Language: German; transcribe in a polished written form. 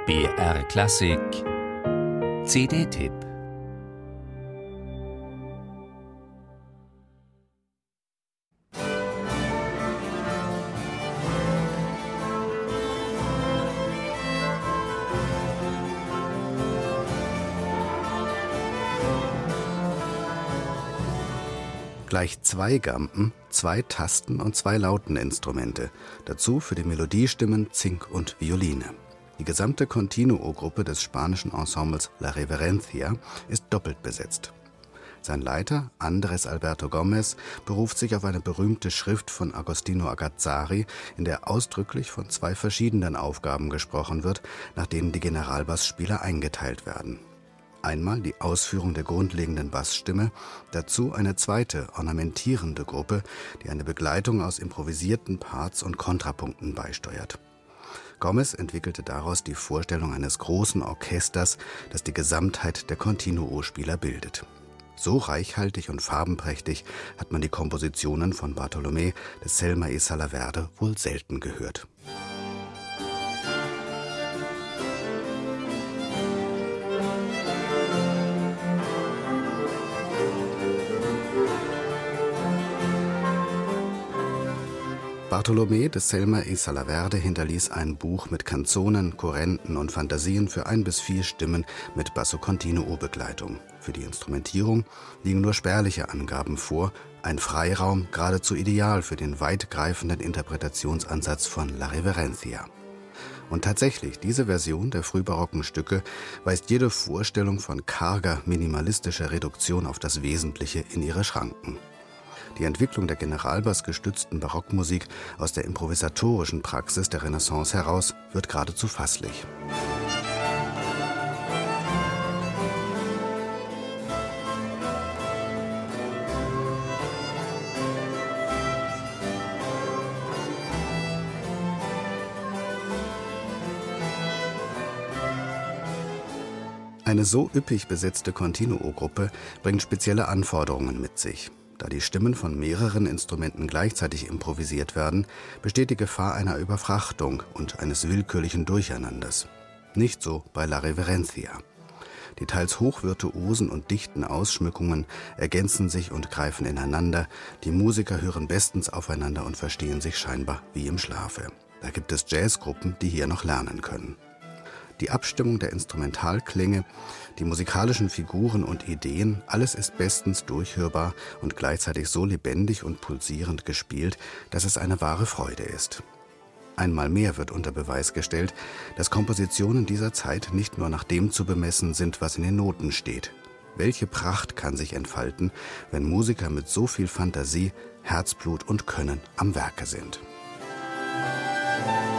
BR Klassik CD-Tipp. Gleich 2 Gampen, 2 Tasten und 2 Lauteninstrumente. Dazu für die Melodiestimmen Zink und Violine. Die gesamte Continuo-Gruppe des spanischen Ensembles La Reverencia ist doppelt besetzt. Sein Leiter, Andrés Alberto Gómez, beruft sich auf eine berühmte Schrift von Agostino Agazzari, in der ausdrücklich von 2 verschiedenen Aufgaben gesprochen wird, nach denen die Generalbassspieler eingeteilt werden. Einmal die Ausführung der grundlegenden Bassstimme, dazu eine zweite, ornamentierende Gruppe, die eine Begleitung aus improvisierten Parts und Kontrapunkten beisteuert. Gómez entwickelte daraus die Vorstellung eines großen Orchesters, das die Gesamtheit der Continuo-Spieler bildet. So reichhaltig und farbenprächtig hat man die Kompositionen von Bartolomé de Selma y Salaverde wohl selten gehört. Bartolomé de Selma y Salaverde hinterließ ein Buch mit Canzonen, Kurrenten und Fantasien für 1 bis 4 Stimmen mit Basso-Continuo-Begleitung. Für die Instrumentierung liegen nur spärliche Angaben vor, ein Freiraum geradezu ideal für den weitgreifenden Interpretationsansatz von La Reverencia. Und tatsächlich, diese Version der frühbarocken Stücke weist jede Vorstellung von karger, minimalistischer Reduktion auf das Wesentliche in ihre Schranken. Die Entwicklung der Generalbass-gestützten Barockmusik aus der improvisatorischen Praxis der Renaissance heraus wird geradezu fasslich. Eine so üppig besetzte Continuo-Gruppe bringt spezielle Anforderungen mit sich. Da die Stimmen von mehreren Instrumenten gleichzeitig improvisiert werden, besteht die Gefahr einer Überfrachtung und eines willkürlichen Durcheinanders. Nicht so bei La Reverencia. Die teils hochvirtuosen und dichten Ausschmückungen ergänzen sich und greifen ineinander. Die Musiker hören bestens aufeinander und verstehen sich scheinbar wie im Schlafe. Da gibt es Jazzgruppen, die hier noch lernen können. Die Abstimmung der Instrumentalklänge, die musikalischen Figuren und Ideen, alles ist bestens durchhörbar und gleichzeitig so lebendig und pulsierend gespielt, dass es eine wahre Freude ist. Einmal mehr wird unter Beweis gestellt, dass Kompositionen dieser Zeit nicht nur nach dem zu bemessen sind, was in den Noten steht. Welche Pracht kann sich entfalten, wenn Musiker mit so viel Fantasie, Herzblut und Können am Werke sind?